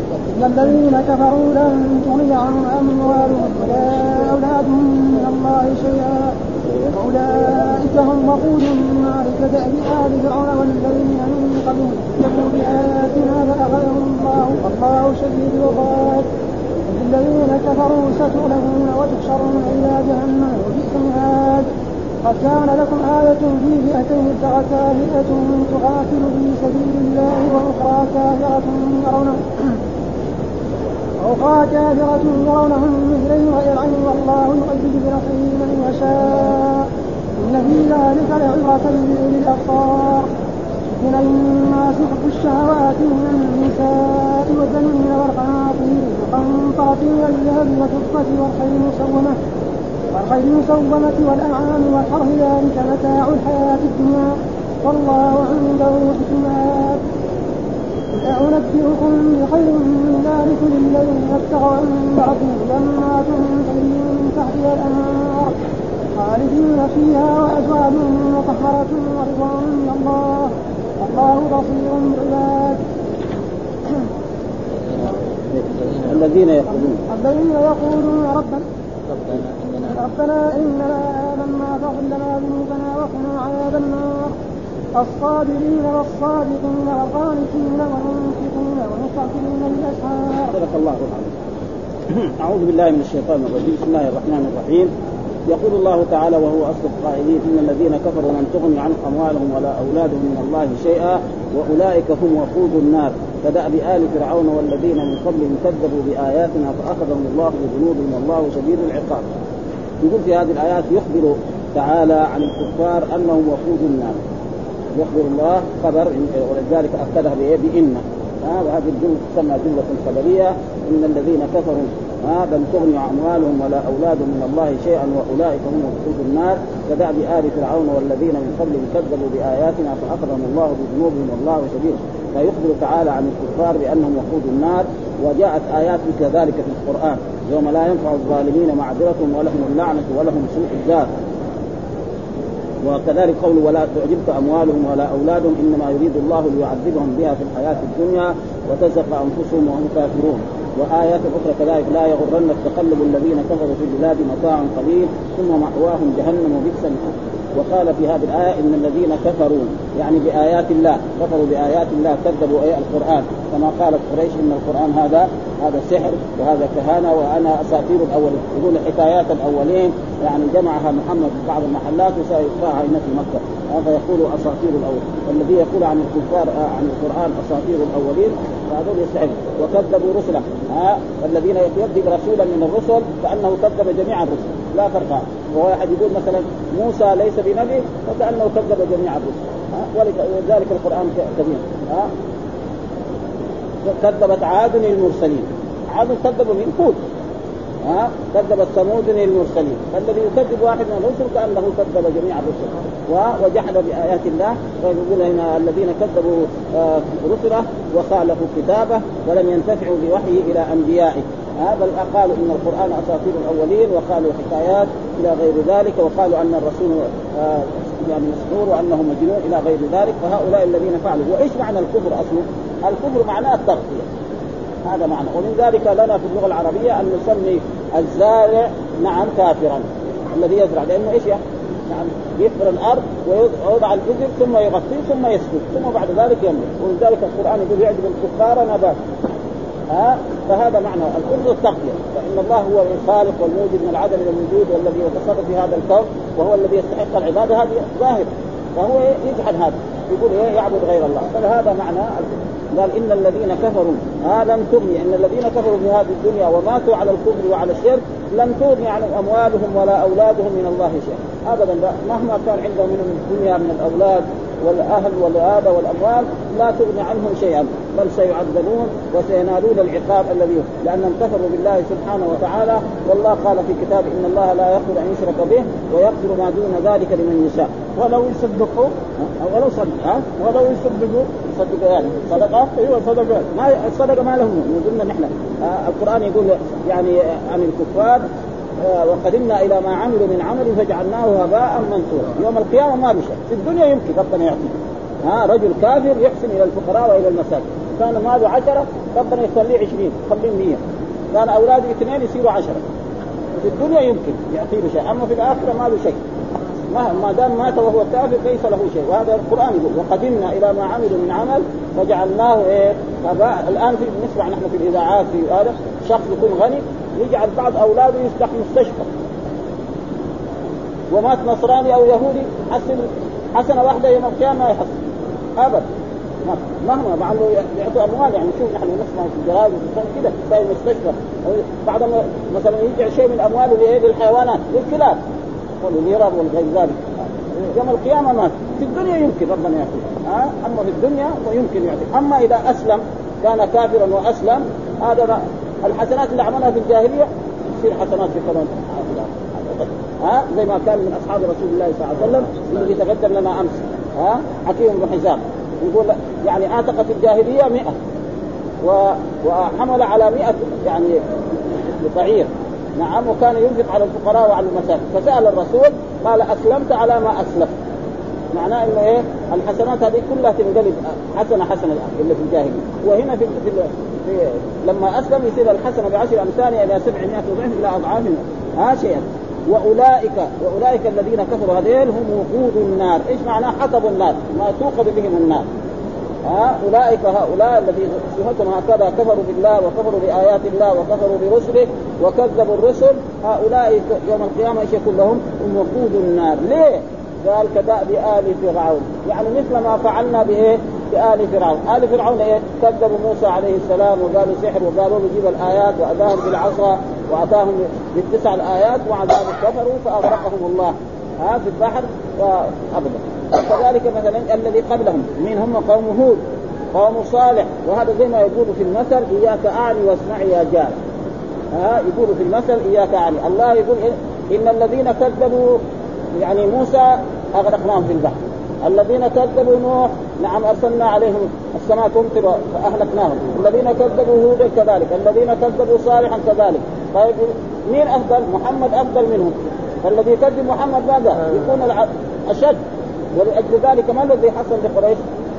إن الذين كفروا لن تغني عنهم أموالهم ولا أولادهم من الله شيئا وأولئك هم وقود النار كدأب آل فرعون والذين من قبلهم كذبوا بآياتنا فأخذهم الله والله شديد العقاب. الذين كفروا ستغلبون وتحشرون إلى جهنم وبئس المهاد. قد كان لكم آية في فئتين التقتا فئة تقاتل في سبيل الله وأخرى كافرة يرونهم مثلهم غير العين والله يؤيد بنصره من يشاء إن في ذلك لعبرة لأولي الأبصار. من الناس حب الشهوات من النساء والبنين والقناطير المقنطرة والذهب والفضة والخيل المسومة والأنعام والحرث ذلك متاع الحياة الدنيا والله عنده حسن المآب. أنبئكم بخير من ذلك للذين اتقوا عند ربهم جنات تجري من تحتها الأنهار خالدين فيها وأزواج مطهرة ورضوان من الله والله بصير بالعباد. الذين يقولون ربنا إننا آمنا فاغفر لنا ذنوبنا وقنا عذاب النار. الصابرين والصادقين والقانتين والمنفقين والمستغفرين بالأسحار. صدق الله العظيم. أعوذ بالله من الشيطان الرجيم. بسم الله الرحمن الرحيم. يقول الله تعالى وهو أصدق القائلين إن الذين كفروا لن تغني عنهم أموالهم ولا أولادهم من الله شيئا وأولئك هم وقود النار كدأب آل فرعون والذين من قبلهم كذبوا بآياتنا فأخذهم الله بذنوبهم والله شديد العقاب. يقول في هذه الآيات يخبر تعالى عن الكفار أنهم وقود النار. يخبر الله خبر ولذلك أكدها بإن هذه الجملة تسمى جملة خبرية. إن الذين كفروا لن تغني أموالهم ولا أولادهم من الله شيئا وأولئك هم وقود النار كدأب آل فرعون والذين من قبلهم كذبوا بآياتنا فأخذهم الله بذنوبهم والله شديد. فيخبر تعالى عن الكفار بأنهم وقود النار. وجاءت آيات كذلك في القرآن يوم لا ينفع الظالمين معذرتهم ولهم اللعنة ولهم سوء الدار. وكذلك قول ولا تعجبك أموالهم ولا أولادهم إنما يريد الله ليعذبهم بها في الحياة الدنيا وتزهق أنفسهم وهم كافرون. وآيات أخرى كذلك لا يغرنك تقلب الذين كفروا في البلاد متاع قليل ثم مأواهم جهنم وبئس المصير. وقال في هذه الآية إن الذين كفروا يعني بآيات الله كفروا بآيات الله كذبوا القرآن كما قالت قريش إن القرآن هذا سحر وهذا كهانة وأنا أساطير الأولين. يقول حكايات الأولين يعني جمعها محمد في بعض المحلات وسيقرأها هنا في مكة هذا يقول أساطير الأولين. والذي يقول عن الكفار عن القرآن أساطير الأولين فهذول يستحق. وكذبوا رسله الذين يكذب رسولا من الرسل كأنه كذب جميع الرسل لا فرق. وواحد يقول مثلا موسى ليس بنبي فكأنه كذب جميع الرسل ولذلك القرآن كبير. كذبت عاد المرسلين. عاد كذبوا من هود كذبت ثمود المرسلين. الذي يكذب واحد من الرسل كأنه كذب جميع الرسل وجحد بآيات الله. ويقول هنا الذين كذبوا رسله وخالفوا كتابه ولم ينتفعوا بوحيه إلى أنبيائه بل قالوا إن القرآن أساطير الأولين وقالوا حكايات إلى غير ذلك وقالوا أن الرسول يعني مسحور وأنه مجنون إلى غير ذلك. فهؤلاء الذين فعلوا. وإيش معنى الكفر أصلا؟ الكفر معناه التغطية هذا معنى. ومن ذلك لنا في اللغة العربية أن نسمي الزارع كافرا الذي يزرع لأنه إيش يعني يحفر الأرض ويوضع البذر ثم يغطيه ثم يسكت ثم بعد ذلك ينبت. ولذلك القرآن يقول يعجب الكفار نبات فهذا معنى الكفر التغطية. فإن الله هو الخالق والموجد من العدم إلى الوجود والذي يتصرف في هذا الكون وهو الذي يستحق العبادة هذه ظاهرة. فهو يجحد هذا يقول يعبد غير الله. فهذا معنى الكفر. قال إن الذين كفروا لم تغني إن الذين كفروا في هذه الدنيا وماتوا على الكفر وعلى الشرك لن تغني عن أموالهم ولا أولادهم من الله شيء أبدا. مهما كان عندهم من الدنيا من الأولاد والأهل والآباء والأموال لا تغني عنهم شيئا بل سيعذبون وسينالون العقاب الذي لأنهم كفروا بالله سبحانه وتعالى. والله قال في كتاب إن الله لا يغفر أن يشرك به ويغفر ما دون ذلك لمن يشاء ولو يصدقوا ولو يصدقوا يعني صدقة صدقة ما الصدقة ما لهم نقولنا نحن. القرآن يقول يعني عن الكفار وقدمنا إلى ما عملوا من عمل فجعلناه هباء منثورا. يوم القيامة ما بشيء. في الدنيا يمكن ربنا يعطيه رجل كافر يحسن إلى الفقراء وإلى المساكين كان ماله 10 ربنا يخليه 20 يخليه 100 كان أولاده 2 يصيروا 10 في الدنيا يمكن يعطيه شيء، أما في الآخرة ما له شيء، ما دام مات وهو كافر ليس له شيء. وهذا القرآن يقول وقدمنا إلى ما عملوا من عمل فجعلناه الآن نسمع نحن في الإذاعات في هذا شخص يكون غني يجعل بعض أولاده يفتح مستشفى، ومات نصراني أو يهودي حسنة واحدة يوم القيامة ما يحصل أبدا مهما مع انه يعطوا اموال. يعني شوف نحن نسمع في الجرائد كده في المستشفى بعض مثلا يجعل شيء من امواله للحيوانات للكلاب والغيراب والغير ذلك، يوم القيامه مات. في الدنيا يمكن ربنا يعطيه اما في الدنيا ويمكن يعطيه. اما اذا اسلم كان كافرا واسلم هذا الحسنات اللي عملها في الجاهليه تصير حسنات في كمان زي ما كان من اصحاب رسول الله صلى الله عليه وسلم الذي تقدم لنا امس حكيم بن حزام يقول يعني اعتق في الجاهليه 100 وحمل على 100 يعني بعير نعم، وكان ينفق على الفقراء وعلى المساكين. فسأل الرسول قال أسلمت على ما أسلمت، معناه إنه إيه الحسنات هذه كلها تنقلب حسنة اللي في الجاهلية. وهنا في لما أسلم يصير الحسنة ب10 أمثالها إلى 700 ضعف إلى أضعاف شيئا. وأولئك الذين كفروا هذين هم وقود النار. إيش معناه حطب النار ما توقد بهم النار. أولئك هؤلاء الذين صفتهم هكذا كفروا بالله وكفروا بآيات الله وكفروا برسله وكذبوا الرسل، هؤلاء يوم القيامة ايش يكون لهم؟ هم وقود النار. ليه؟ قال كدأب آل فرعون، يعني مثل ما فعلنا بآل فرعون. آل فرعون كذبوا موسى عليه السلام وقالوا سحر وقالوا نجيب الآيات وأتاهم بالعصا وأتاهم ب9 الآيات ومع ذلك كفروا فأغرقهم الله في البحر وأبدا. كذلك مثلا الذي قبلهم من هم قوم هود قوم صالح، وهذا زي ما يقول في المثل إياك أعني واسمعي يا جار. يقول في المثل إياك أعني. الله يقول إن الذين كذبوا يعني موسى أغرقناهم في البحر، الذين كذبوا نوح نعم أرسلنا عليهم السماء تمطر فأهلكناهم، الذين كذبوا هود كذلك، الذين كذبوا صالحا كذلك. طيب مين أفضل؟ محمد أفضل منهم. فالذي يكذب محمد ماذا يكون أشد. ولأجل ذلك ما الذي حصل لقريش؟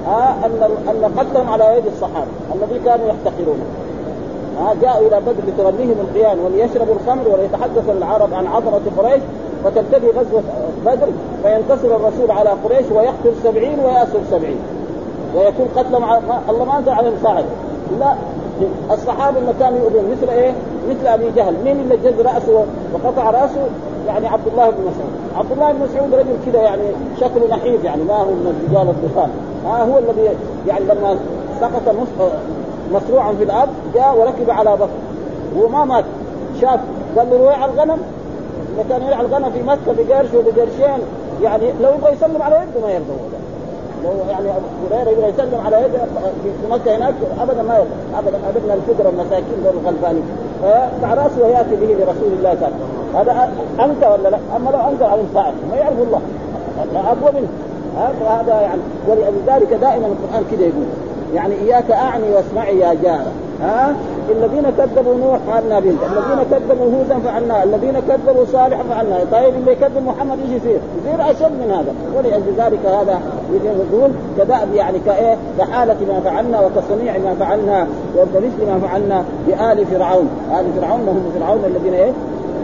أن قتلهم على يد الصحابة الذي كانوا يحتقرونه. جاءوا إلى بدر لتغنيهم القيان وليشربوا الخمر وليتحدث العرب عن عظمة قريش، وتبتدي غزوة بدر فينتصر الرسول على قريش ويقتل 70 ويأسر 70 ويكون قتلهم الله ما أنزل عليهم صاعد. لا، الصحابة اللي كانوا يؤذون مثل أبي جهل. مين اللي جز رأسه وقطع رأسه؟ يعني عبد الله بن مسعود. عبد الله بن مسعود رجل كده يعني شكله نحيف، يعني ما هو من الرجال الضخام. هو الذي يعني لما سقط مصروعا في الأرض جاء وركب على بطن وما مات. شاف قال له روح على الغنم، اللي كان يرعى الغنم في مكة بقرش وبقرشين، يعني لو يبغى يسلم على يده ما يرضى. لو يعني أبو هريرة يبغى يسلم على يده في مكة هناك أبدا ما يرضى أبدا. أبدا الفقراء المساكين دول الغلبانين فقع رأسه ويأتي به لرسول الله صلى الله عليه وسلم. هذا أنت ولا لا؟ أما لو أنزل على الفاعل ما يعرف الله أقوى منه. هذا يعني ولذلك دائما القرآن كده يقول يعني إياك أعني واسمعي يا جار. الذين كذبوا نوح فعلنا بهم، الذين كذبوا هودا فعلنا، الذين كذبوا صالح فعلنا. طيب اللي يكذب محمد ايش يصير أشد من هذا. ولأجل ذلك هذا يقول كدأب يعني كحالة ما فعلنا وكصنيع ما فعلنا وكمثل ما فعلنا بآل فرعون. آل فرعون هم فرعون الذين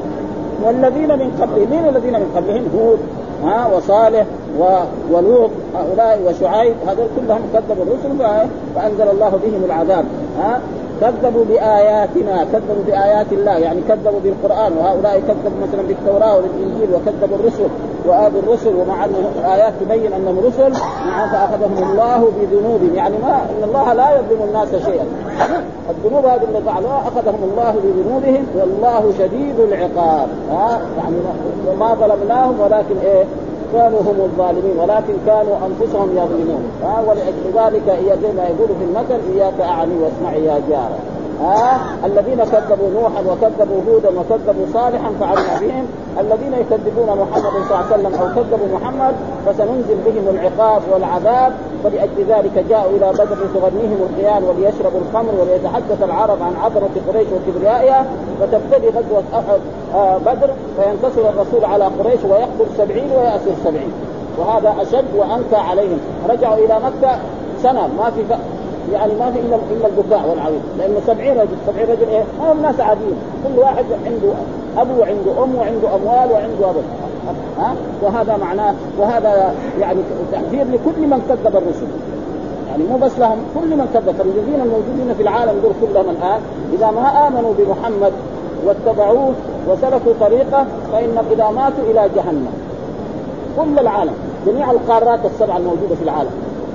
والذين من قبلهم. مين الذين من قبلهم؟ هود وصالح ولوط هؤلاء وشعيب، هذول كلهم كذبوا الرسل فأنزل الله بهم العذاب. كذبوا بآياتنا، كذبوا بآيات الله يعني كذبوا بالقرآن. وهؤلاء كذبوا مثلا بالتوراة والإنجيل وكذبوا الرسل وآذوا الرسل ومع أن الآيات تبين أنهم رسل فأخذهم الله بذنوبهم. يعني ما إن الله لا يظلم الناس شيئا، الذنوب هذه اللي فعلوها أخذهم الله بذنوبهم والله شديد العقاب. يعني ما ظلمناهم ولكن كانوا هم الظالمين ولكن كانوا أنفسهم يظلمون. ولأجل ذلك هي زي ما يقول في المثل إياك أعني واسمعي يا جار. الذين كذبوا نوحا وكذبوا هودا وكذبوا صالحا فعلنا بهم. الذين يكذبون محمد صلى الله عليه وسلم أو كذبوا محمد فسننزل بهم العقاب والعذاب. فلأجل ذلك جاءوا إلى بدر لتغنيهم القيان وليشربوا الخمر وليتحدث العرب عن عظمة قريش وكبريائها. فتبتدي غزوة بدر فينتصر الرسول على قريش ويقتل 70 ويأسر 70. وهذا أشد وأنكى عليهم. رجعوا إلى مكة سنة يعني ما في الا البكاء والعويل، لانه 70 رجل ايه ما هم ناس عاديين، كل واحد عنده ابو وعنده ام وعنده اموال وعنده ابو وهذا معناه، وهذا يعني تحذير لكل من كذب الرسل، يعني مو بس لهم، كل من كذب. فالذين الموجودين في العالم دول كلهم الان اذا ما امنوا بمحمد واتبعوه وسلكوا طريقه فإن إذا ماتوا إلى جهنم. كل العالم جميع القارات السبعة الموجودة في العالم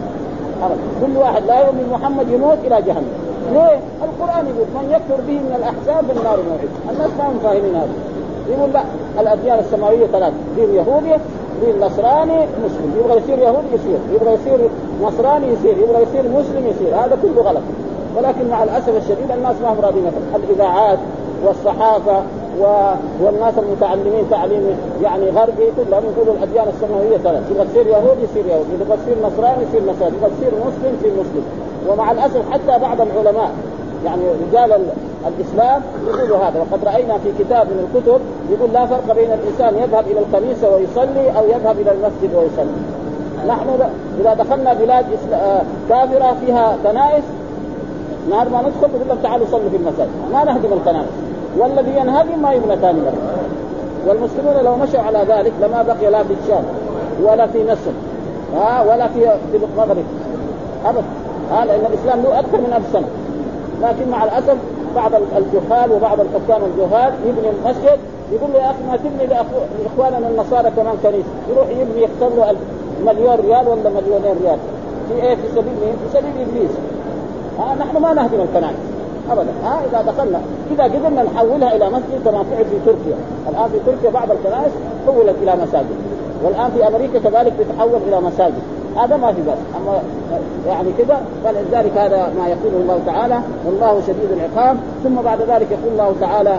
كل واحد لا يؤمن محمد يموت إلى جهنم. ليه؟ القرآن يقول من يكفر به من الأحزاب بالنار موعد. الناس ما هم فاهمين هذا. يقول لا، الأديان السماوية ثلاث، دين يهودي، دين نصراني، مسلم. يبغى يصير يهودي يصير، يبغى يصير نصراني يصير، يبغى يصير مسلم يصير. هذا كله غلط. ولكن مع الأسف الشديد الناس ما هم راضين. الإذاعات والصحافة والناس المتعلمين تعليم يعني غربي كلهم يقولوا الأديان السماوية ثلاث، يبغى تصير يهودي يصير يهودي، يبغى تصير نصراني يصير نصراني، يبغى تصير مسلم يصير مسلم. ومع الأسف حتى بعض العلماء يعني رجال الإسلام يقولوا هذا. وقد رأينا في كتاب من الكتب يقول لا فرق بين الإنسان يذهب إلى الكنيسة ويصلي أو يذهب إلى المسجد ويصلي. نحن إذا دخلنا بلاد كافرة فيها كنائس نهار ما ندخل نقول لهم تعالوا صلوا في المساجد، ما نهدم الكنائس، والذي ينهدم ما يبنى ثاني مرة. والمسلمون لو مشوا على ذلك لما بقي لا في الشام ولا في مصر ولا في المغرب أبدا. لأن الإسلام له أكثر من 1000 سنة. لكن مع الأسف بعض الجهال وبعض الحكام الجهال يبني المسجد يقول له يا أخي ما تبني لإخواننا النصارى كمان كنيسة، يروح يبني يختار له 1,000,000 ريال ولا 2,000,000 ريال في إيه؟ في سبيل مين؟ في سبيل إبليس. نحن ما نهدم الكنائس أبدا. إذا دخلنا إذا قدرنا نحولها إلى مسجد كما فعل في تركيا. الآن في تركيا بعض الكنائس حولت إلى مساجد، والآن في أمريكا كذلك تتحول إلى مساجد. هذا ما في بس، أما يعني كذا. فلذلك هذا ما يقوله الله تعالى والله شديد العقاب. ثم بعد ذلك يقول الله تعالى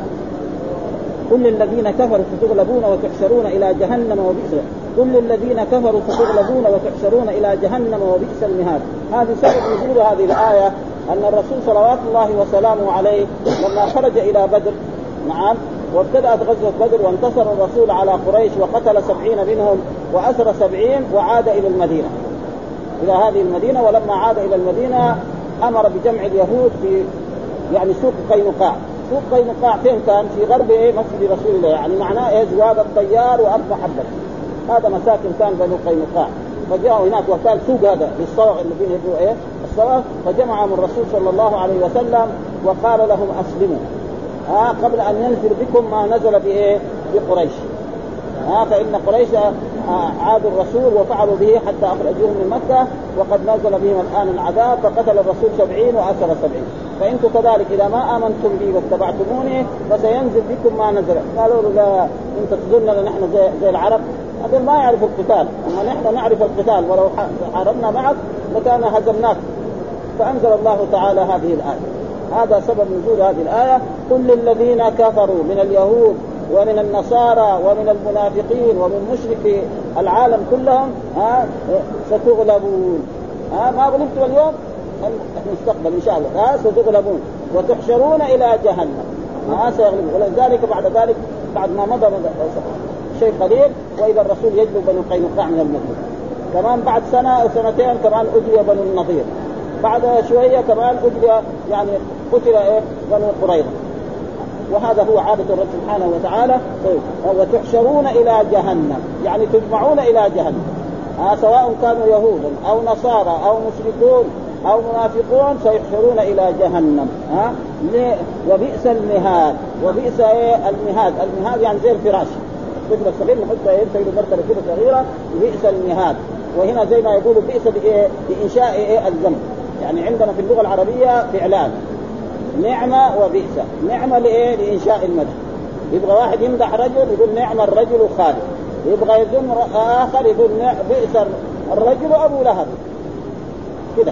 كل الذين كفروا ستغلبون وتحشرون إلى جهنم وبئس. كل الذين كفروا ستغلبون وتحشرون إلى جهنم وبئس المهاد. هذه سبب نزول هذه الآية أن الرسول صلوات الله وسلامه عليه لما خرج إلى بدر وابتدأت غزوة بدر وانتصر الرسول على قريش وقتل 70 منهم وأسر 70 وعاد إلى المدينة، إلى هذه المدينة. ولما عاد إلى المدينة أمر بجمع اليهود في يعني سوق قينقاع. سوق قينقاع فين كان؟ في غرب مسجد رسول الله، يعني معناه زواد الطيار وأرض محبة. هذا مساكن كان بنو قينقاع. فجاءوا هناك وكان سوق هذا للصوغ اللي فيه يبدو الصوغ. فجمعهم الرسول صلى الله عليه وسلم وقال لهم أسلموا قبل أن ينزل بكم ما نزل بقريش. فإن قريش عادوا الرسول وفعلوا به حتى أخرجوهم من مكة، وقد نزل بهم الآن العذاب. فقتل الرسول 70 وأسر 70. فإنتم كذلك إذا ما آمنتم بي واتبعتموني فسينزل بكم ما نزل. قالوا لا أنت تظننا نحن زي العرب، هذول ما يعرفوا القتال، أما نحن نعرف القتال، ولو حاربنا معك لكان هزمناك. فأنزل الله تعالى هذه الآية. هذا سبب نزول هذه الآية. كل الذين كفروا من اليهود ومن النصارى ومن المنافقين ومن مشركي العالم كلهم ستغلبون. ما غلبتم اليوم المستقبل إن شاء الله ستغلبون وتحشرون إلى جهنم سيغلبون. ولذلك بعد ذلك بعد ما مضى شيء قليل وإذا الرسول يجلب بنو قينقاع من المدينة. كمان بعد سنة أو سنتين كمان أجري بنو النضير. بعد شوية كمان أجري يعني قتل بنو قريظة. وهذا هو عادة الرب سبحانه وتعالى. وتحشرون إلى جهنم يعني تجمعون إلى جهنم سواء كانوا يهودا أو نصارى أو مشركون أو منافقون سيحشرون إلى جهنم. وبئس المهاد. وبئس المهاد. المهاد يعني زي الفراش طفل صغير نحطه يسوي مرتبة كده صغيرة. بئس المهاد. وهنا زي ما يقولوا بئس بإنشاء الجمع. يعني عندنا في اللغة العربية فعلان نعمة وبئس. نعمة لإنشاء المدح. يبغى واحد يمدح رجل يقول نعم الرجل خالد، يبغى يذم آخر يقول بئس الرجل أبو لهب كده.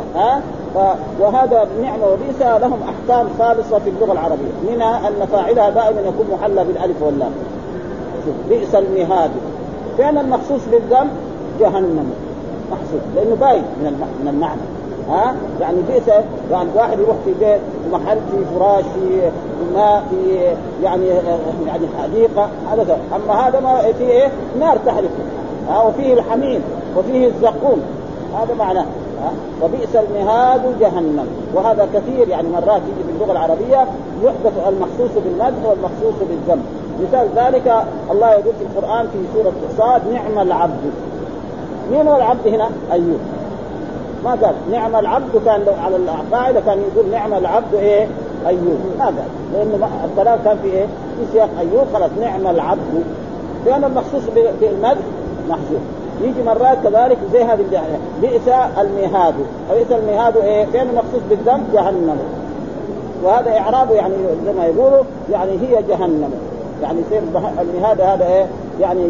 وهذا نعمة وبئس لهم أحكام خالصة في اللغة العربية، منها أن فاعلها دائما يكون محلى بالألف واللام. بئس المهاد فعلا مخصوص بالذم جهنم محسوس لأنه باين من المعنى. يعني بئس يعني واحد يروح في بيت محل في فراش في ماء في يعني حديقة هذا. أما هذا ما فيه نار تحرقه وفيه الحميم وفيه الزقوم هذا معناه. وبئس المهاد جهنم. وهذا كثير يعني مرات يجي في اللغة العربية يحدث المخصوص بالمدح والمخصوص بالذم. مثال ذلك الله يقول في القرآن في سورة صاد نعم العبد. مين هو العبد هنا؟ أيوب. ما قال نعم العبد، كان على القاعدة كان يقول نعم العبد إيه أيوب، ما قال، لأنه الكلام كان في إيه في سياق أيوب، خلاص نعم العبد، لأن المخصوص بالمدح محذوف. يجي مرات كذلك زي هذه بئس المهاد. بئس المهاد إيه؟ كان المخصوص بالذنب جهنم، وهذا إعرابه يعني زي ما يقولوا يعني هي جهنم، يعني يصير المهاد هذا إيه يعني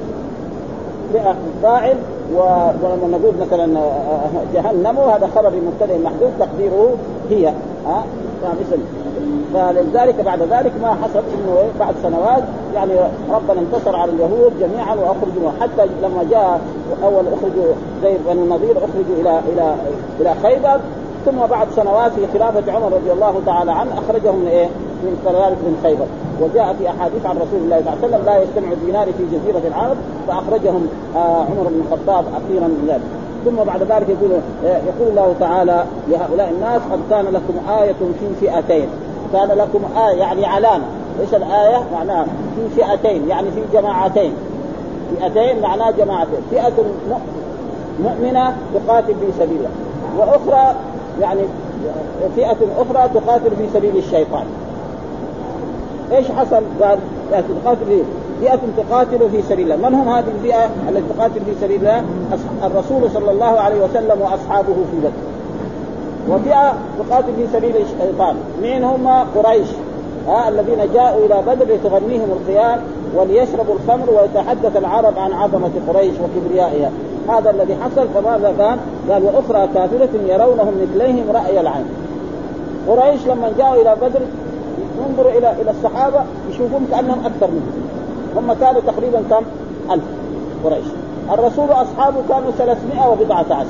فاعل، ولما نقول مثلا جهنم هذا خبر مبتدأ محذوف تقديره هي مثل. فلذلك بعد ذلك ما حصل انه بعد سنوات يعني ربنا انتصر على اليهود جميعا واخرجوا، حتى لما جاء اول اخرجوا زي بنو النضير اخرجوا الى خيبر، ثم بعد سنوات في خلافه عمر رضي الله تعالى عنه اخرجهم من كذلك من خيبر. وجاء في احاديث عن رسول الله صلى الله عليه وسلم لا يجتمع الدينار في جزيره العرب، فاخرجهم عمر بن الخطاب اخيرا من ذلك. ثم بعد ذلك يقول الله تعالى لهؤلاء الناس قد كان لكم آية في فئتين. كان لكم آية يعني علامة. ايش الآية؟ معناها في فئتين يعني في جماعتين. فئتين معناها جماعتين، فئة مؤمنة تقاتل في سبيل الله، وأخرى يعني فئة أخرى تقاتل في سبيل الشيطان. ايش حصل؟ قال فئة تقاتل في سبيل الله. من هم هذه الفئة التي تقاتل في سبيل الله؟ الرسول صلى الله عليه وسلم وأصحابه في بدر. وفئة تقاتل في سبيل الشيطان. مين هم؟ قريش الذين جاءوا إلى بدر لتغنيهم القيام وليشربوا الخمر ويتحدث العرب عن عظمة قريش وكبريائها. هذا الذي حصل. فماذا كان؟ قال وأخرى كافرة يرونهم مثليهم رأي العين. قريش لما جاءوا إلى بدر ينظروا إلى الصحابة يشوفون كأنهم أكثر منهم. هم كانوا تقريبا كم؟ 1000 قريش. الرسول وأصحابه كانوا 314.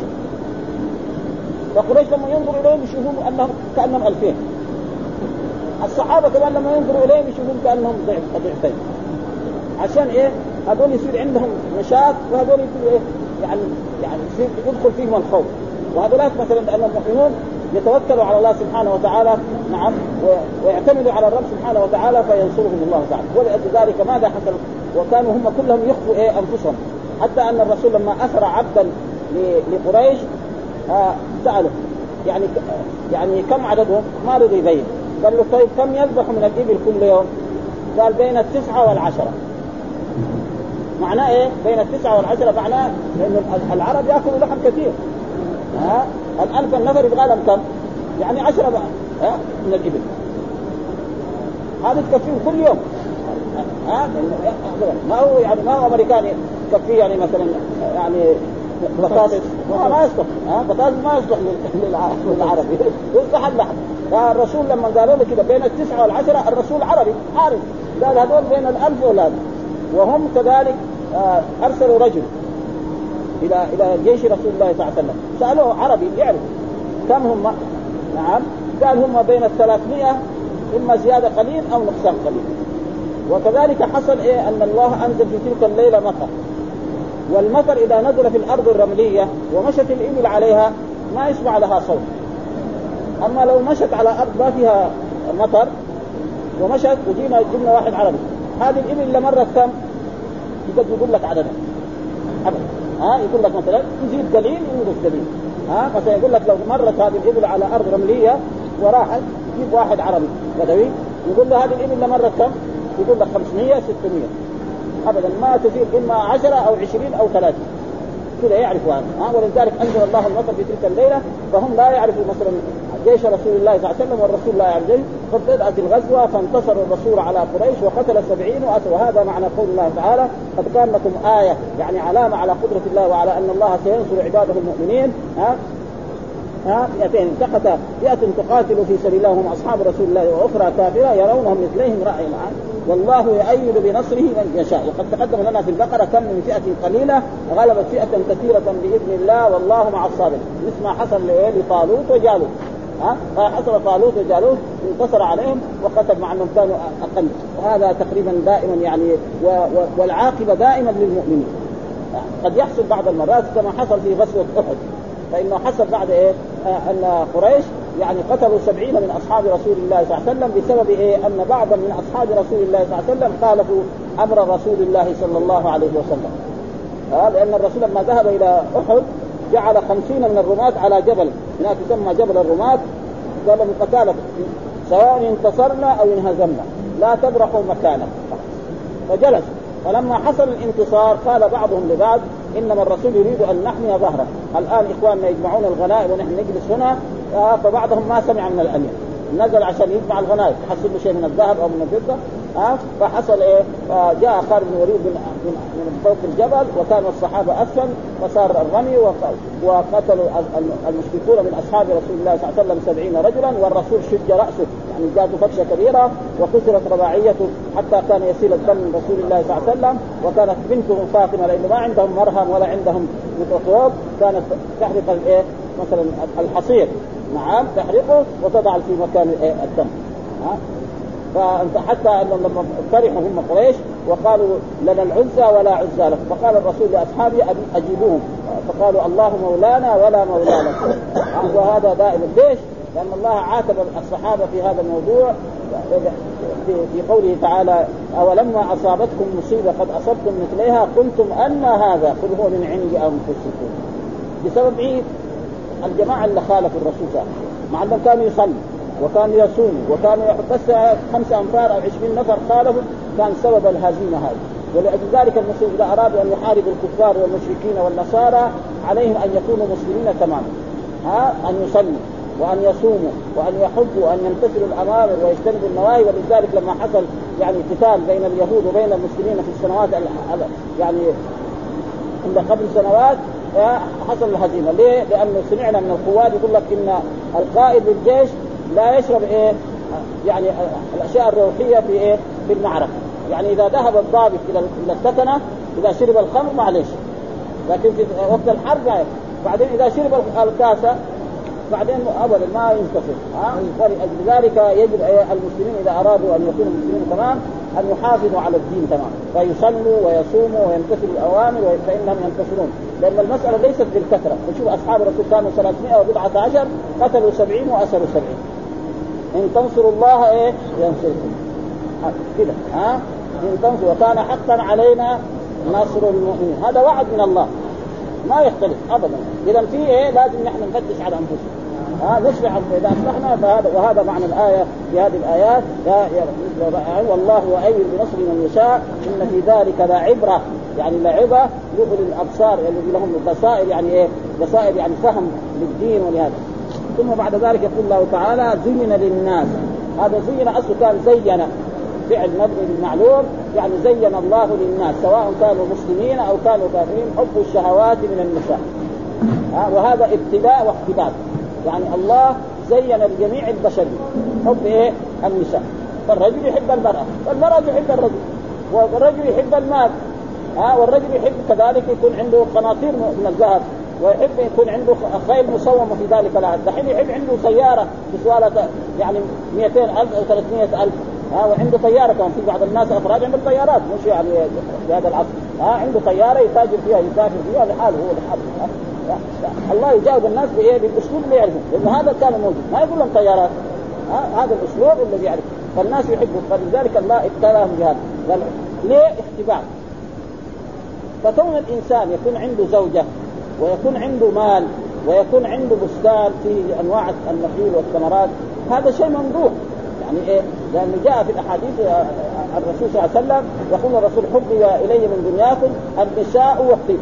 فقريش لما ينظروا إليهم يشوفون أنهم كأنهم 2000. الصحابة كمان لما ينظروا إليهم يشوفون كأنهم ضعفين. عشان إيه؟ هذول يصير عندهم نشاط، وهذول يصير إيه؟ يعني يصير يدخل فيهم الخوف. وهذولاك مثلا لأنهم مؤمنون يتوكلوا على الله سبحانه وتعالى، نعم، ويعتمدوا على الرب سبحانه وتعالى فينصرهم الله تعالى. ولذلك ماذا حصل؟ وكانوا هم كلهم يخفوا إيه أنفسهم، حتى أن الرسول لما أسر عبدا لقريش سأله يعني كم عددهم؟ ما رضي يبين. قال له طيب كم يذبح من الإبل كل يوم؟ قال بين 9 و10. معناه إيه بين 9 و10؟ معناه لأن العرب يأكلوا لحم كثير. الألف النفر يبغى لهم كم؟ يعني 10 من الإبل. هذا تكفيه كل يوم. ما هو أمريكاني تكفيه يعني مثلا يعني بطاطس ما يصلح. بطاطس ما يصلح للعربي، يصلح اللحم. فالرسول لما قالوا له كده بين 9 و10، الرسول عربي عارف، قال هذول بين 1000 ولا. وهم كذلك أرسلوا رجل إلى جيش رسول الله صلى الله عليه وسلم، سألوه عربي يعرف كم هم. نعم، قال هم بين 300، إما زيادة قليل أو نقصان قليل. وكذلك حصل إيه أن الله أنزل في تلك الليلة مطر، والمطر إذا نزل في الأرض الرملية ومشت الإبل عليها ما يسمع لها صوت. أما لو مشت على أرض ما فيها مطر ومشت جبنا واحد عربي، هذه الإبل اللي مرت كم؟ يقول لك عددها أبدا. يقول لك مثلا يزيد قليل ينقص قليل. مثلا يقول لك لو مرت هذه الإبل على أرض رملية وراحت، يجيب واحد عربي بدوي يقول له هذه الإبل اللي مرت كم؟ يقول لك 500 600 أبدا، ما تزيد إما 10 أو 20 أو 30 كده يعرفوا هذا. ولذلك أنزل الله المطر في تلك الليلة، فهم لا يعرفوا مثلا جيش رسول الله صلى الله عليه وسلم والرسول لا يعرف. فبدأت الغزوة فانتصر الرسول على قريش وقتل 70 وأسر. وهذا معنى قول الله تعالى قد كان لكم آية، يعني علامة على قدرة الله وعلى أن الله سينصر عباده المؤمنين. فئتين التقتا، فئة تقاتل في سبيل الله هم أصحاب رسول الله، وأخرى كافرة يرونهم مثليهم رأي العين والله يؤيد بنصره من يشاء. وقد تقدم لنا في البقرة كم من فئة قليلة غلبت فئة كثيرة بإذن الله والله مع الصابرين. مثل ما حصل لطالوت وجالوت. حصل طالوت وجالوت انتصر عليهم وقتل مع أنهم كانوا أقل. وهذا تقريبا دائما يعني والعاقبة دائما للمؤمنين. قد يحصل بعض المرات كما حصل في غزوة أحد. فإنه حصل بعد أن قريش يعني قتلوا 70 من أصحاب رسول الله صلى الله عليه وسلم بسبب أن بعضا من أصحاب رسول الله صلى الله عليه وسلم خالفوا أمر رسول الله صلى الله عليه وسلم. لأن الرسول لما ذهب إلى أحد جعل 50 من الرماة على جبل هناك يسمى جبل الرماة، قال مقاتلة سواء انتصرنا أو انهزمنا لا تبرحوا مكانك، فجلس. فلما حصل الانتصار قال بعضهم لبعض إنما الرسول يريد أن نحمي ظهره، الآن إخواننا يجمعون الغنائم ونحن نجلس هنا. فبعضهم ما سمع من الأمير، نزل عشان يجمع الغنائم يحصل له شيء من الذهب أو من الفضة. فحصل جاء خالد بن الوليد من فوق الجبل وكان الصحابة أسفل، فصار الرمي وقتلوا المشركون من أصحاب رسول الله صلى الله عليه وسلم 70 رجلا، والرسول شج رأسه يعني جاءته فرشة كبيرة وكسرت رباعيته حتى كان يسيل الدم من رسول الله صلى الله عليه وسلم. وكانت بنته فاطمة لأنه ما عندهم مرهم ولا عندهم ميكروسكوب كانت تحرق مثلا الحصير، نعم تحرقه وتضع في مكان الدم. حتى أنهم لما فرحوا هم قريش وقالوا لنا العزى ولا عزى لك، فقال الرسول لأصحابه أجيبوهم، فقالوا الله مولانا ولا مولى لك. وهذا دائما ليش؟ لأن الله عاتب الصحابة في هذا الموضوع في قوله تعالى أولما أصابتكم مصيبة قد أصبتم مثلها قلتم أن هذا قل هو من عند أنفسكم، بسبب عيد الجماعة اللي خالفوا الرسول صلى الله عليه وسلم، مع أنهم كانوا يصلوا وكانوا يصوموا وكانوا بس 5 أنفار أو 20 نفر خالفوا كان سبب الهزيمة هذه. ولأجل ذلك المسلمين إذا أرادوا أن يحاربوا الكفار والمشركين والنصارى عليهم أن يكونوا مسلمين تماما، أن يصلوا وأن يصوموا وأن يحجوا وأن يمتثلوا الأوامر ويجتنبوا النواهي. ولذلك لما حصل يعني قتال بين اليهود وبين المسلمين في السنوات يعني قبل سنوات حصل الهزيمة. ليه؟ لأنه سمعنا من القواد يقول لك إن القائد للجيش لا يشرب يعني الأشياء الروحية في المعركة. يعني إذا ذهب الضابط إلى السكنة إذا شرب الخمر معلش، لكن في وقت الحرب بعدين إذا شرب الكاسة بعدين أبدا ما ينتصر. ولذلك يجب المسلمين إذا أرادوا أن يكونوا مسلمين تمام أن يحافظوا على الدين تمام، فيصلوا ويصوموا ويمتثلوا الأوامر فإنهم ينتصرون. لأن المسألة ليست بالكثرة. نشوف أصحاب الرسول كانوا 319 قتلوا 70 وأسروا 70. إن تنصروا الله ينصركم كده إن تنصروا وكان حقا علينا نصر المؤمنين. هذا وعد من الله ما يختلف أبدا. إذا في لازم نحن نفتش على أنفسنا نصلح إذا أصلحنا فهذا. وهذا معنى الآية في هذه الآيات والله يؤيد بنصر من يشاء إن في ذلك لعبرة يعني لعبة لأولي الأبصار الذي لهم بصائر يعني بصائر يعني فهم للدين ولهذا. ثم بعد ذلك يقول الله تعالى زين للناس. هذا زين أصله كان زين فعل مبني للمعلوم يعني زين الله للناس سواء كانوا مسلمين أو كانوا كافرين حب الشهوات من النساء. وهذا ابتلاء واختبار. يعني الله زين لجميع البشر حب النساء. فالرجل يحب المرأة والمرأة تحب الرجل والرجل يحب المال والرجل يحب كذلك يكون عنده قناطير من الذهب ويحب يكون عنده خيل مصومة في ذلك العهد. دحين يحب عنده سيارة بسوالة يعني 200,000 أو 300,000 وعنده طيارة كمان. في بعض الناس أفراد عنده طيارات مش يعني في هذا العصر عنده طيارة يتاجر فيها يسافر فيها لحاله هو لحاله. الله يجاوب الناس بالأسلوب اللي يعرفه لأن هذا كان موجود ما يقول لهم طيارات هذا الأسلوب الذي يعرفه فالناس يحبه. فلذلك الله ابتلاهم بهذا. ليه؟ اختبار. فكون الإنسان يكون عنده زوجة ويكون عنده مال ويكون عنده بستان فيه أنواع النخيل والثمرات هذا شيء ممدوح. يعني لأنه جاء في الأحاديث الرسول صلى الله عليه وسلم يقول الرسول حبب إلي من دنياكم النساء والطيب.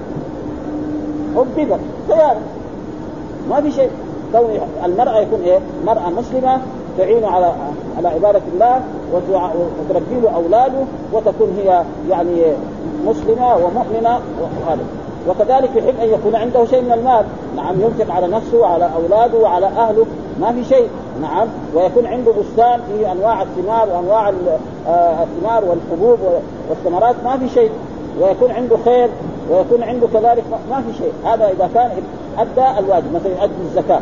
حبب سيارة ما في شيء. كون المرأة يكون مرأة مسلمة تعين على عبادة الله وتربي له أولاده وتكون هي يعني مسلمة ومؤمنة وهذا. وكذلك يحب أن يكون عنده شيء من المال نعم ينفق على نفسه وعلى أولاده وعلى أهله ما في شيء نعم. ويكون عنده بستان فيه أنواع الثمار وأنواع الثمار والحبوب والثمرات ما في شيء. ويكون عنده خير ويكون عنده كذلك ما في شيء. هذا إذا كان أدى الواجب مثلا يؤدي الزكاة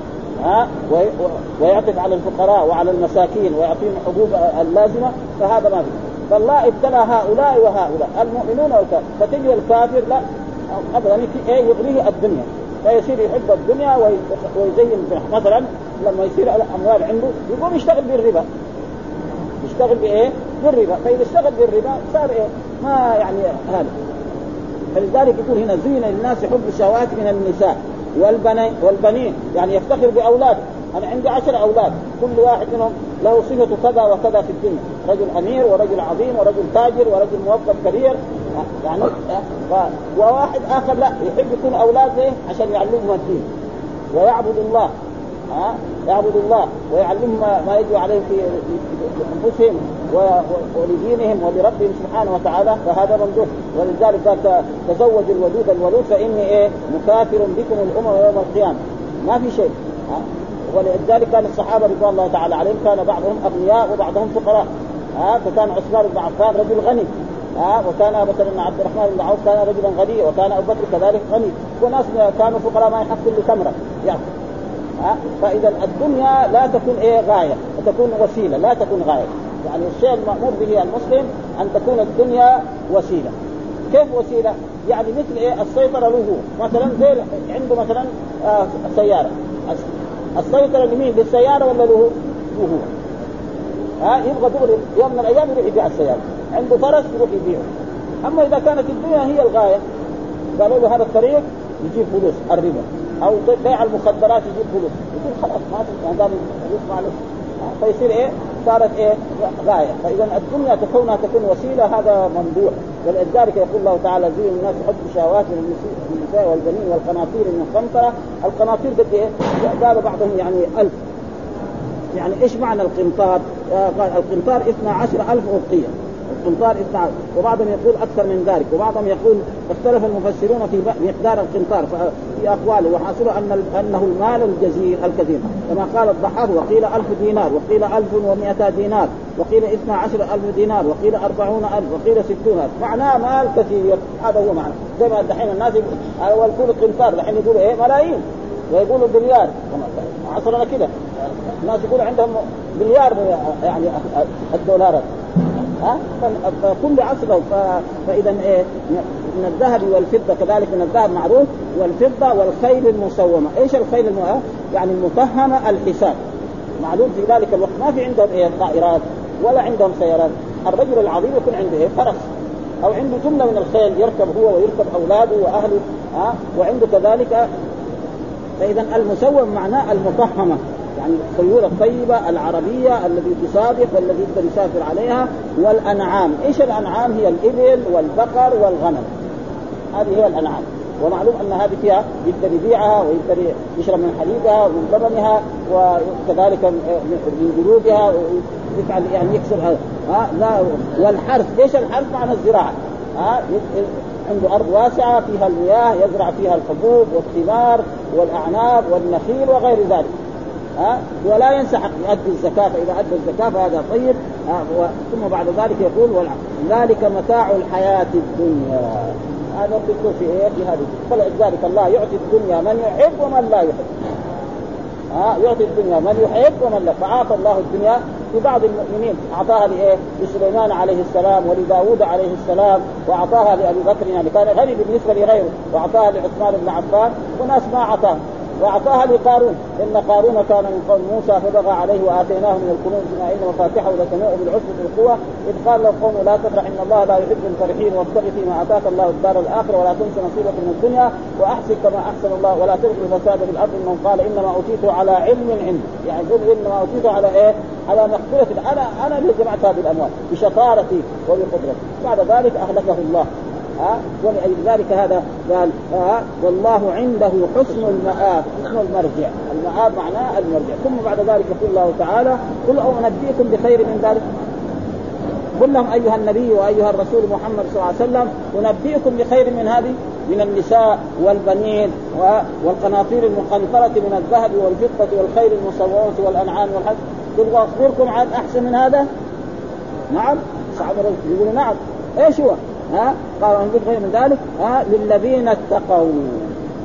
ويعطف على الفقراء وعلى المساكين ويعطيهم الحقوق اللازمة فهذا ما في. فالله ابتلى هؤلاء وهؤلاء المؤمنون والكافر. فتجي الكافر لا أبدا يغريه الدنيا فيصير يحب الدنيا ويزين مثلا لما يصير الأموال عنده يقوم يشتغل بالربا، يشتغل بإيه؟ بالربا. فإذا اشتغل بالربا صار إيه؟ ما يعني هذا. فلذلك يقول هنا زين للناس حب الشهوات من النساء والبنين، يعني يفتخر بأولاده. أنا عندي 10 أولاد، كل واحد منهم له صفة كذا وكذا في الدنيا، رجل أمير ورجل عظيم ورجل تاجر ورجل موظف كبير يعني. وواحد آخر لا يحب يكون أولاده عشان يعلمهم الدين ويعبد الله، يعبد الله ويعلمهم ما يجب عليهم في أنفسهم ولدينهم ولربهم سبحانه وتعالى، فهذا ممدوح. ولذلك قال تزوج الودود الولود فإني إيه مكافر بكم الأمم يوم القيامة، ما في شيء. ولذلك كان الصحابة رضوان الله تعالى عليهم كان بعضهم أغنياء وبعضهم فقراء. فكان عثمان بن عفان رجل غني، وكان مثلا عبد الرحمن بن عوف كان رجلا غني، وكان أبو بكر كذلك غني، وناس كانوا فقراء ما يحصل لتمرة يعني. فإذا الدنيا لا تكون إيه غاية، تكون وسيلة لا تكون غاية. يعني الشيء المأمور به المسلم أن تكون الدنيا وسيلة. كيف وسيلة؟ يعني مثل إيه السيطرة له، مثلا زي عنده مثلا سيارة، السيطرة لمين؟ للسيارة ولا له؟ يبغى دغري يوم من الأيام يروح يبيع السيارة، عنده فرس يروح يبيعه. أما إذا كانت الدنيا هي الغاية قالوا له هذا الطريق يجيب فلوس الربا أو بيع المخدرات يجيب فلوس، يقول خلاص ما في دام يسمع له، فيصير إيه صارت إيه غاية. فإذا الدنيا كونها تكون وسيلة هذا ممدوح. ولذلك يقول الله تعالى زين الناس حب الشهوات من النساء والبنين والقناطير المقنطرة. القناطير قد إيه؟ قال بعضهم يعني 1000. يعني إيش معنى القنطار؟ قال القنطار 12,000 أوقية، القنطار 12، وبعضهم يقول أكثر من ذلك، وبعضهم يقول اختلف المفسرون في مقدار القنطار في أقواله، وحاصله أنه المال الجزير الكثير كما قال الضحاك، وقيل 1000 دينار، وقيل 1200 دينار، وقيل 12,000 دينار، وقيل 40,000، وقيل 60,000. معناه مال كثير. هذا هو معنى. زي ما دحين الناس يقولوا قنطار، دحين يقولوا إيه ملايين، ويقولوا بليار. عصرنا كده الناس يقول عندهم مليار يعني الدولارات. فكل عصره. فإذا إيه من الذهب والفضة كذلك، من الذهب معروف، والفضة والخيل المسومة. إيش الخيل المسومة؟ يعني المفهمة الحساب، معلوم في ذلك الوقت ما في عندهم إيه طائرات ولا عندهم سيارات. الرجل العظيم يكون عنده إيه فرس أو عنده جملة من الخيل يركب هو ويركب أولاده وأهله، وعنده كذلك. فإذا المسوم معناه المفهمة، يعني السيولة الطيبة العربية التي تسابق والذي يقدر يسافر عليها. والأنعام، إيش الأنعام؟ هي الإبل والبقر والغنم، هذه هي الأنعام. ومعلوم أن هذه فيها يقدر يبيعها ويقدر يشرب من حليبها ومن لبنها، وكذلك من جلودها، ويفعل يعني يكسر لا. والحرث، إيش الحرث؟ معنى الزراعة. عنده أرض واسعة فيها المياه يزرع فيها الحبوب والثمار والأعناب والنخيل وغير ذلك. ولا ينسى حق يؤدي الزكاة، فإذا أدى الزكاة فهذا طيب. ثم بعد ذلك يقول ذلك متاع الحياة الدنيا. هذا تذكر في إيه في هذه. فلذلك الله يعطي الدنيا من يحب ومن لا يحب. يعطي الدنيا من يحب ومن لا. فأعطى الله الدنيا في بعض المؤمنين، أعطاها لإيه؟ لسليمان عليه السلام ولداود عليه السلام، وأعطاها لأبي بكر يعني كان غني بالنسبة لغيره، وأعطاها لعثمان بن عفان، وناس ما أعطاها. وأعطاها لقارون، إن قارون كان من قوم موسى فبغى عليه وآتيناه من الكنوز ما إن مفاتحه لتنوء بالعسر بالقوة إذ قال له قوم لا تفرح إن الله لا يحب الفرحين وابتغ فيما آتاك الله الدار الآخرة ولا تنس نصيبك من الدنيا وأحسن كما أحسن الله ولا تبغي الفساد في الأرض. من قال إنما أوتيته على علم عندي، يعني يقول إنما أوتيته على إيه؟ على مقدرة. أنا اللي جمعت هذه الأموال بشطارتي وبقدرتي. بعد ذلك أهلكه الله. ولأجل ذلك هذا قال والله عنده حسن المآب، حسن المرجع. المآب معناه المرجع. ثم بعد ذلك يقول الله تعالى قل أنبئكم بخير من ذلك. قل لهم أيها النبي وأيها الرسول محمد صلى الله عليه وسلم أنبئكم بخير من هذه، من النساء والبنين والقناطير المقنطرة من الذهب والفضة والخيل المسومة والأنعام والحج. تبغى أخبركم عن أحسن من هذا؟ نعم. صحابة يقولوا نعم. إيش هو؟ قالوا أنبئكم بخير من ذلك للذين اتقوا.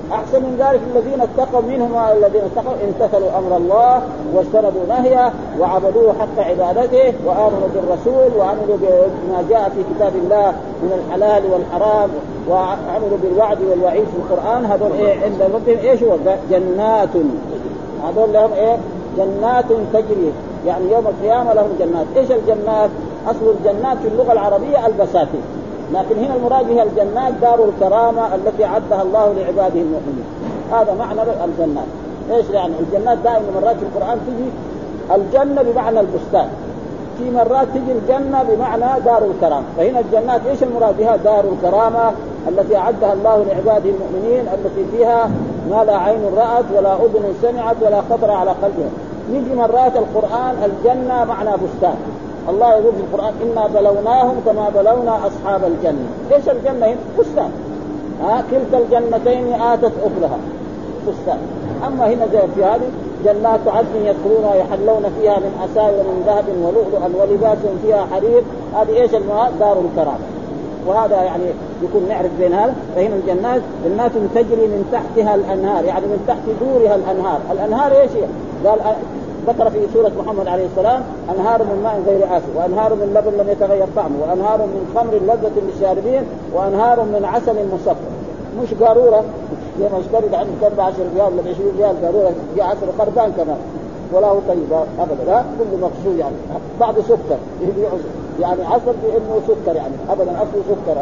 أحسن من ذلك الذين اتقوا منهم الذين اتقوا امتثلوا أمر الله واجتنبوا نهيه وعبدوه حق عبادته وآمنوا بالرسول وعملوا بما جاء في كتاب الله من الحلال والحرام وعملوا بالوعد والوعيد في القرآن. هذول عند ربهم إيش هو جنات، هذول لهم جنات تجري، يعني يوم القيامة لهم جنات. إيش الجنات؟ أصل الجنات في اللغة العربية البساتين، لكن هنا المراد هي الجنات دار الكرامة التي عدها الله لعباده المؤمنين. هذا معنى الجنات. إيش يعني الجنات؟ دائما مرات في القرآن تجي الجنة بمعنى البستان، في مرات تجي الجنة بمعنى دار الكرامة. فهنا الجنات إيش المراد بها؟ دار الكرامة التي أعدها الله لعباده المؤمنين، التي فيها ما لا عين رأت ولا أذن سمعت ولا خطر على قلبها. يجي مرات القرآن الجنة معنى بستان. الله يقول في القرآن إنا بلوناهم كما بلونا أصحاب الجنة. إيش الجنة هنا؟ بستان. كلتا الجنتين آتت أكلها، بستان. أما هنا زي في هذه جنات عدن يدخلونها يحلون فيها من أساور من ذهب ولؤلؤا ولباسهم فيها حرير. هذه إيش المراد؟ دار الكرامة. وهذا يعني يكون نعرف بين هذا. فهنا الجنات جنات تجري من تحتها الأنهار، يعني من تحت دورها الأنهار. الأنهار إيش هي؟ قال ذكر في سورة محمد عليه السلام أنهار من ماء غير آسن وأنهار من لبن لم يتغير طعمه وأنهار من خمر لذة للشاربين وأنهار من عسل مصفى. مش قارورة زي ما اشتري عنه كم 10 ريال ولا 20 ريال قارورة، جاء عسل قربان كمان ولا هو طيب أبدا، لا كل مقصود يعني بعض سكر يعني عسل بأنه سكر يعني أبدا أصله سكر.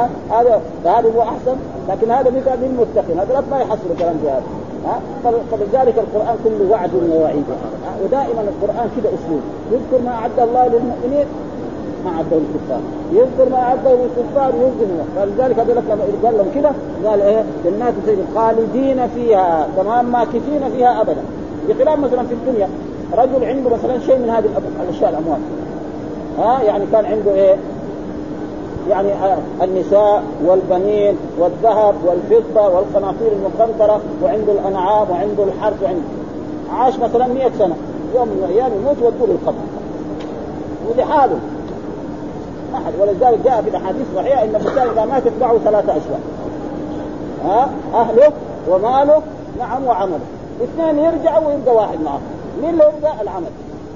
هذا هو أحسن، لكن هذا مثل للمتقين، هذا ما يحصل كلام هذا. فلذلك القرآن كله وعد ووعيد، ودائما القرآن كده أسلوب يذكر ما أعد الله للمؤمنين ما أعده للكفار، يذكر ما أعده للكفار يذكر. فلذلك هذا لما قال لهم كده قال جنات خالدين فيها تمام ماكثين فيها أبدا. بخلاف مثلا في الدنيا رجل عنده مثلا شيء من هذه الأشياء الأموال، يعني كان عنده يعني النساء والبنين والذهب والفضة والقناطير المقنطرة وعنده الأنعام وعنده الحرث وعنده عاش مثلا 100 سنة، يوم من الأيام يموت ويدخل القبر ودي حاله ما حد. ولذلك جاء في الحديث صحيح إن الإنسان إذا مات يتبعه 3 أشياء، أهله وماله نعم وعمله، 2 يرجعوا ويبقى واحد معه. مين اللي يرجع؟ العمل.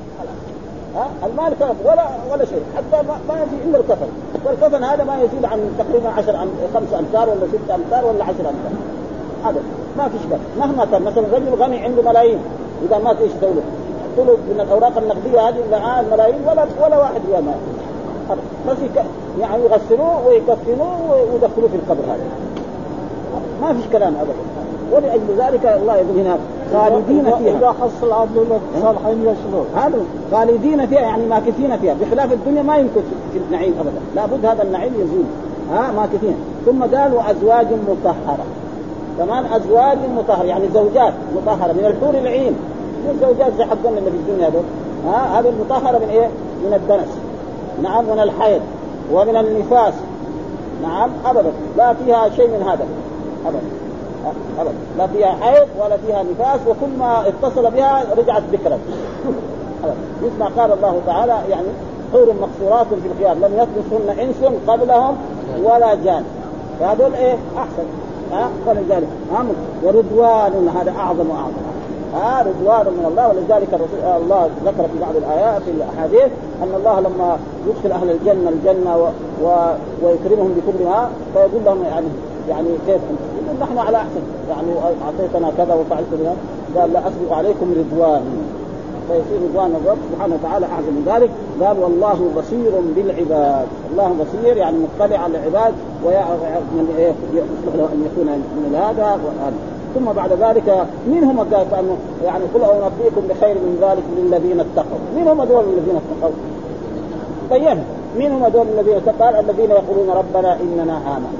المال كان ولا شيء، حتى ما يزيد إلا الكفن، والكفن هذا ما يزيد عن تقريبا 5 أمتار ولا 6 أمتار ولا 10 أمتار، هذا ما فيش بس. مهما كان مثلا رجل غني عنده ملايين إذا مات إيش يسوي له من الأوراق النقدية هذه اللي ملايين ولا واحد ريال ما بس يعني يغسلوه ويكفنوه ويدخلوه في القبر، هذا ما فيش كلام أبدا. ولأجل ذلك الله يقول هنا خالدين فيها إذا حصل عدل صالحين يصلون، هذا خالدين فيها يعني ماكثين فيها. بخلاف الدنيا ما يمكن في النعيم أبدا، لابد هذا النعيم يزول ماكثين. ثم قال وأزواج مطهرة، كمان أزواج مطهرة يعني زوجات مطهرة من الحور العين، الزوجات زي حقنا اللي في الدنيا دول. هذه المطهرة من إيه؟ من الدنس نعم، من الحيض ومن النفاس نعم، أبدا لا فيها شيء من هذا أبدا، لا فيها حيض ولا فيها نفاس، وكل ما اتصل بها رجعت بكرا. مثل ما قال الله تعالى يعني حور مقصورات في الخيام لم يطمثهن انس قبلهم ولا جان، فهذول احسن. فلذلك ورضوان، هذا اعظم رضوان من الله. ولذلك الله ذكر في بعض الآيات في الأحاديث أن الله لما يدخل أهل الجنة ويكرمهم بكل ما فيقول لهم يعني كيف نحن على أحسن، يعني أعطيتنا كذا وفعلت بنا، قال لا أسبق عليكم رضوان، فيصير رضوان الرب سبحانه وتعالى أعظم من ذلك. قال والله بصير بالعباد، الله بصير يعني مطلع على العباد ويعرف من يصلح له أن يكون من هذا وهذا. ثم بعد ذلك منهم قال يعني قل أنبئكم بخير من ذلك للذين اتقوا. منهم دول الذين اتقوا بيّن منهم دول الذين اتقوا الذين يقولون ربنا إننا آمنا.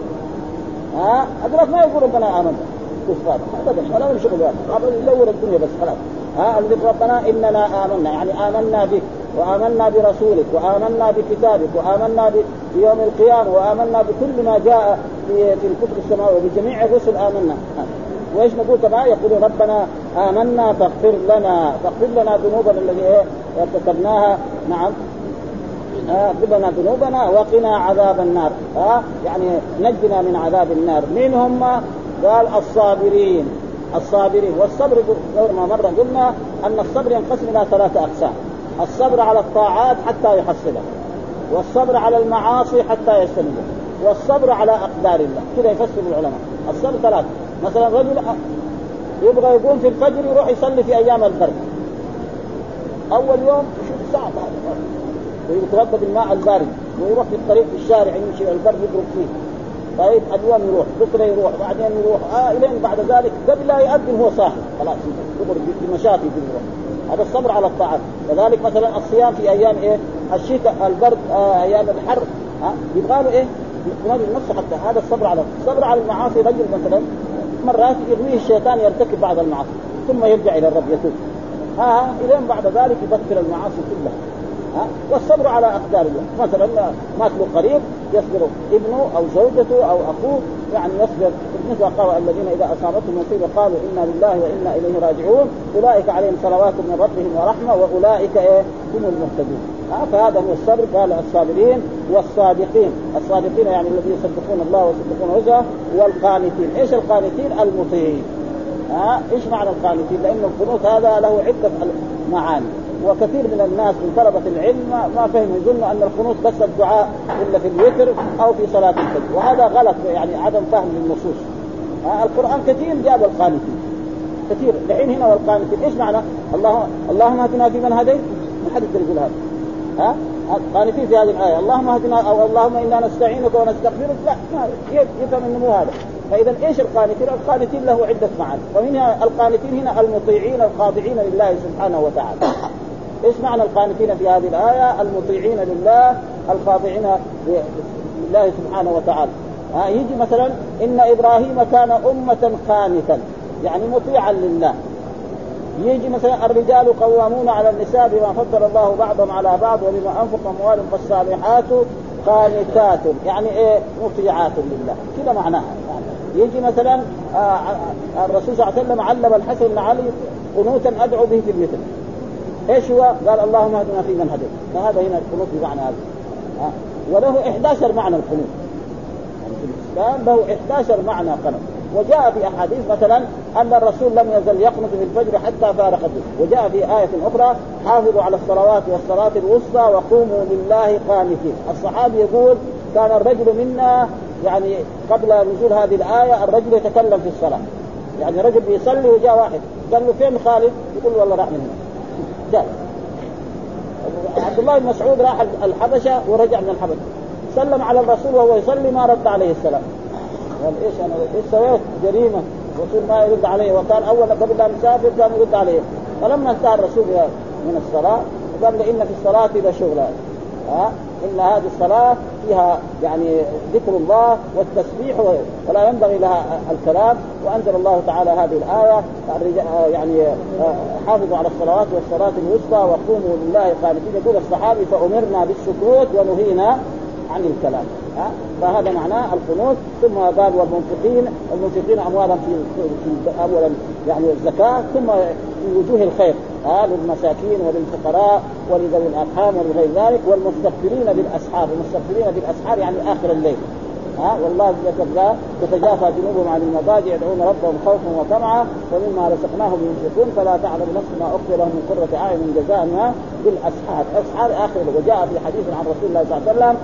أدرك ما يقول ربنا آمنا كفار أبدا، ولا من شغل هذا يدور الدنيا بس خلاص. ربنا إننا آمنا يعني آمنا بك وآمنا برسولك وآمنا بكتابك وآمنا بيوم القيامة وآمنا بكل ما جاء في الكتب السماوية وبجميع الرسل آمنا. وإيش نقول كما يقول ربنا آمنا فاغفر لنا ذنوبنا التي ارتكبناها نعم، اغفر لنا ذنوبنا وقنا عذاب النار، يعني نجنا من عذاب النار. منهم قال الصابرين. والصبر غير ما مرة قلنا أن الصبر ينقسم إلى 3 أقسام: الصبر على الطاعات حتى يحصلها، والصبر على المعاصي حتى يجتنبها، والصبر على أقدار الله. كذا يفسر العلماء الصبر 3. مثلا رجل يبغى يقوم في الفجر يروح يصلي في أيام البرد، أول يوم يشوف صعب هذا ويتوضأ بالماء البارد ويروح في الطريق في الشارع يمشي البرد يضرب فيه. طيب اليوم يروح، بكره يروح، بعدين يروح إلين بعد ذلك قبل لا يؤذن هو صاحي خلاص يخرج بنشاط يروح. هذا الصبر على الطاعات. كذلك مثلا الصيام في أيام الشتاء البرد، أيام الحر يبغى له ينظم نفسه حتى. هذا الصبر على المعاصي. رجل مثلا مرات يغويه الشيطان يرتكب بعض المعاصي ثم يرجع إلى الرب يتوب، إلين بعد ذلك يبطل المعاصي كلها. والصبر على أقدار الله. مثلا مات له قريب يصبر ابنه أو زوجته أو أخوه، يعني يصبر. مثل قال الذين إذا أصابتهم مصيبة قالوا إنا لله وإنا إليه راجعون أولئك عليهم صلوات من ربهم ورحمة وأولئك هم المهتدون. فهذا هو الصبر. قال الصابرين والصادقين. الصادقين يعني الذين يصدقون الله ويصدقون رسله. والقانتين. إيش القانتين؟ المطيعين. إيش معنى القانتين؟ لأن القنوت هذا له عدة معاني، وكثير من الناس من طلبة العلم ما فهموا، يظنوا أن القنوت بس الدعاء إلا في الوتر أو في صلاة الفجر، وهذا غلط، يعني عدم فهم للنصوص. القرآن كثير جاب القانتين كثير. الحين هنا والقانتين إيش معنى؟ اللهم اهدنا فيمن هديت، ما حد يقول هذا. قانتين في هذه الآية اللهم اهدنا أو اللهم إنا نستعينك ونستغفرك، لا يفهم إنه مو هذا. فإذا إيش القانتين؟ القانتين له عدة معاني، ومنها القانتين هنا المطيعين الخاضعين لله سبحانه وتعالى. إيش معنى القانتين في هذه الآية؟ المطيعين لله الخاضعين لله سبحانه وتعالى. يجي مثلا إن إبراهيم كان أمة قانتا، يعني مطيعا لله. يجي مثلا الرجال قوامون على النساء بما فضل الله بعضهم على بعض وبما أنفق أموالهم فالصالحات قانتات، يعني مطيعات لله. كده معناها. يجي مثلا الرسول صلى الله عليه وسلم علم الحسن بن علي قنوتا أدعو به في الوتر. ايش هو؟ قال اللهم اهدنا فيمن هديت. فهذا هنا القنوت بمعنى هذا. وله 11 معنى القنوت، يعني في الإسلام له 11 معنى قنوت. وجاء في أحاديث مثلا أن الرسول لم يزل يقنط في الفجر حتى فارقته. وجاء في آية أخرى حافظوا على الصلوات والصلاة الوسطى وقوموا لله قانتين. الصحابي يقول كان الرجل منا، يعني قبل نزول هذه الآية الرجل يتكلم في الصلاة، يعني رجل بيصلي وجاء واحد قال له فين خالد؟ يقول والله راح من هنا. جاء عبد الله بن مسعود راح الحبشة ورجع من الحبشة، سلم على الرسول وهو يصلي ما رد عليه السلام. قال ايش انا ايش سويت؟ جريمة. الرسول ما يرد عليه، وكان اول قبل لا مسافر كان يرد عليه. فلما انتهى الرسول من الصلاة قال له إن في الصلاة لشغلا، إن هذه الصلاة فيها يعني ذكر الله والتسبيح ولا ينبغي لها الكلام. وأنزل الله تعالى هذه الآية يعني حافظوا على الصلوات والصلاة الوسطى وقوموا لله قانتين. يقول الصحابي فأمرنا بالسكوت ونهينا عن الكلام. فهذا معناه القنوت. ثم قال والمنفقين أموالا في أولا يعني الزكاة، ثم في وجوه الخير للمساكين وللفقراء ولذوي الأرحام ولغير ذلك، والمستغفرين بالأسحار. المستغفرين بالأسحار يعني آخر الليل. والله تتجافى جنوبهم عن المضاجع يدعون ربهم خوفا وطمعا ومما رزقناهم ينفقون فلا تعلم نفس ما أخفي لهم من قرة أعين جزاء ما بالأسحار. أسحار آخر. وجاء في حديث عن رسول الله صلى الله عليه وسلم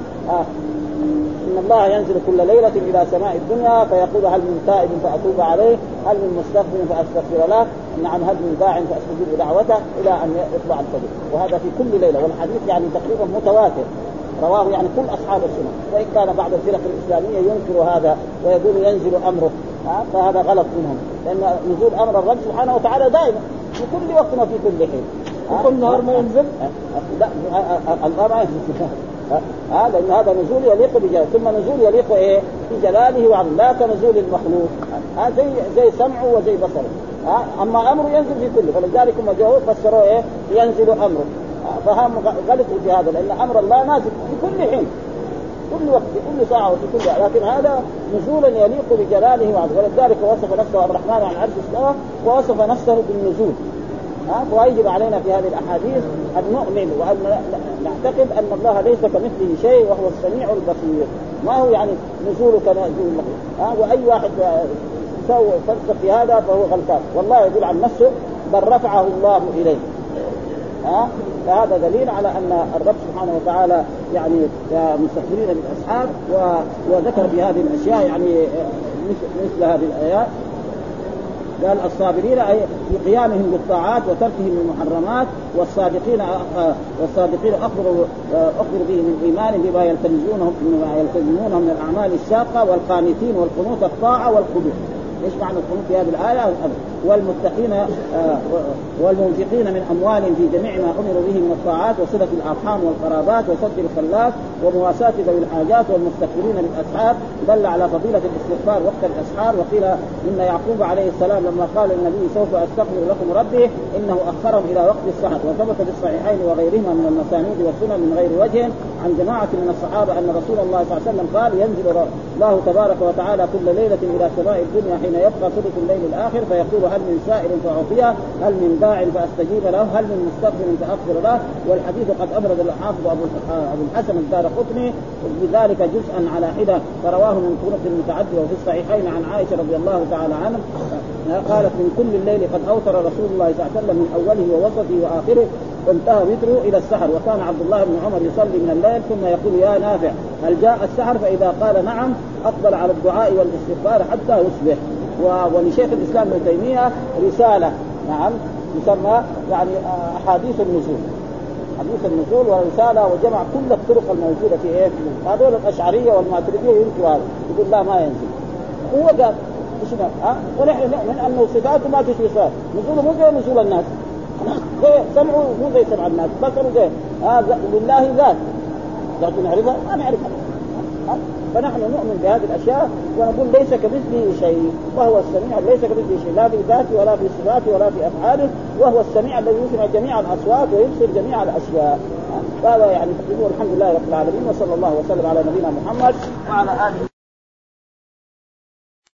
إن الله ينزل كل ليلة إلى سماء الدنيا فيقول هل من تائب فأتوب عليه، هل من مستغفر فأستغفر له، نعم هل من داع فأستجيب دعوته، إلى أن يطلع الفجر. وهذا في كل ليلة. والحديث يعني تقريبا متواتر، رواه يعني كل أصحاب السنة. وإن كان بعض الفرق الإسلامية ينكر هذا ويقول ينزل أمره، فهذا غلط منهم، لأن نزول أمر الرب سبحانه وتعالى دائما في كل وقت وفي كل حين. كل نهار ما ينزل؟ لا النهار ما ينزل. لأن هذا نزول يليق بجلاله، ثم نزول يليق بجلاله وعظمه، لا كنزول المخلوق. زي سمعه وزي بصره. أما أمره ينزل في كله. فلذلك هم جاءوا فسروا ينزل أمره. فهم غلطوا في هذا، لأن أمر الله نازل في كل حين، كل وقت، في كل ساعة وفي كل، لكن هذا نزولا يليق بجلاله وعظمه. ولذلك وصف نفسه الرحمن على العرش استوى ووصف نفسه بالنزول. ويجب علينا في هذه الأحاديث أن نؤمن وأن نعتقد أن الله ليس كمثله شيء وهو السميع البصير. ما هو يعني نزول كنزول المخلوق. وأي واحد فلسف في هذا فهو غلطان، والله يقول عن نفسه بل رفعه الله إليه. فهذا دليل على أن الرب سبحانه وتعالى يعني مستغفرين بالأسحار، وذكر بهذه الأشياء يعني مثل هذه الآيات. قال الصابرين أي في قيامهم بالطاعات وتركهم المحرمات، والصادقين أخبروا به من إيمان بما يلتزمونه من الأعمال الشاقة، والقانتين والقنوت الطاعة والخضوع. ايش معنى القنوت في هذه الآية؟ والمتقين والمنفقين من أموالهم في جميع ما أمروا به من الطاعات، وصلة الأرحام والقرابات، وسد الخلات، ومواساة ذوي الحاجات، والمستغفرين بالأسحار. دل على فضيلة الاستغفار وقت الأسحار. وقيل إن يعقوب عليه السلام لما قال النبي سوف أستغفر لكم ربي إنه أخرهم إلى وقت السحر. وثبت في الصحيحين وغيرهما من المسانيد والسنن من غير وجه عن جماعة من الصحابة أن رسول الله صلى الله عليه وسلم قال ينزل الله تبارك وتعالى كل ليلة إلى سماء الدنيا حين يبقى ثلث الليل الآخر فيقول هل من سائل فأعطيه، هل من داع فأستجيب له، هل من مستغفر فأغفر له. والحديث قد أبرد الحافظ أبو الحسن الدارقطني بذلك جزءا على حدة فرواه من طرق متعددة. وفي الصحيحين عن عائشة رضي الله تعالى عنها قالت من كل الليل قد أوتر رسول الله صلى الله عليه وسلم من أوله ووسطه وآخره وانتهى وتره إلى السحر. وكان عبد الله بن عمر يصلي من الليل ثم يقول يا نافع هل جاء السحر؟ فإذا قال نعم أقبل على الدعاء والاستغفار حتى يصبح. ولشيخ الإسلام ابن تيمية رسالة نعم يسمى يعني أحاديث النزول، حديث النزول ورسالة، وجمع كل الطرق الموجودة في إيه. هذول الأشعرية والماتريدية ينكروا هذا، يقول لا ما ينزل. هو قال إيش ونحن نؤمن أنه صفاته ما تشبه صفات، نزوله مو زي نزول الناس، سمعه مو زي سمع الناس، بصره زي لله ذات، لكن نعرفها ما نعرفها. فنحن نؤمن بهذه الأشياء ونقول ليس كمثله شيء وهو السميع، ليس كمثله شيء لا في ذاته ولا في صفاته ولا في أفعاله، وهو السميع الذي يسمع جميع الأصوات ويبصر جميع الأشياء. هذا يعني الحمد لله رب العالمين، وصلى الله وسلم على نبينا محمد وعلى آله.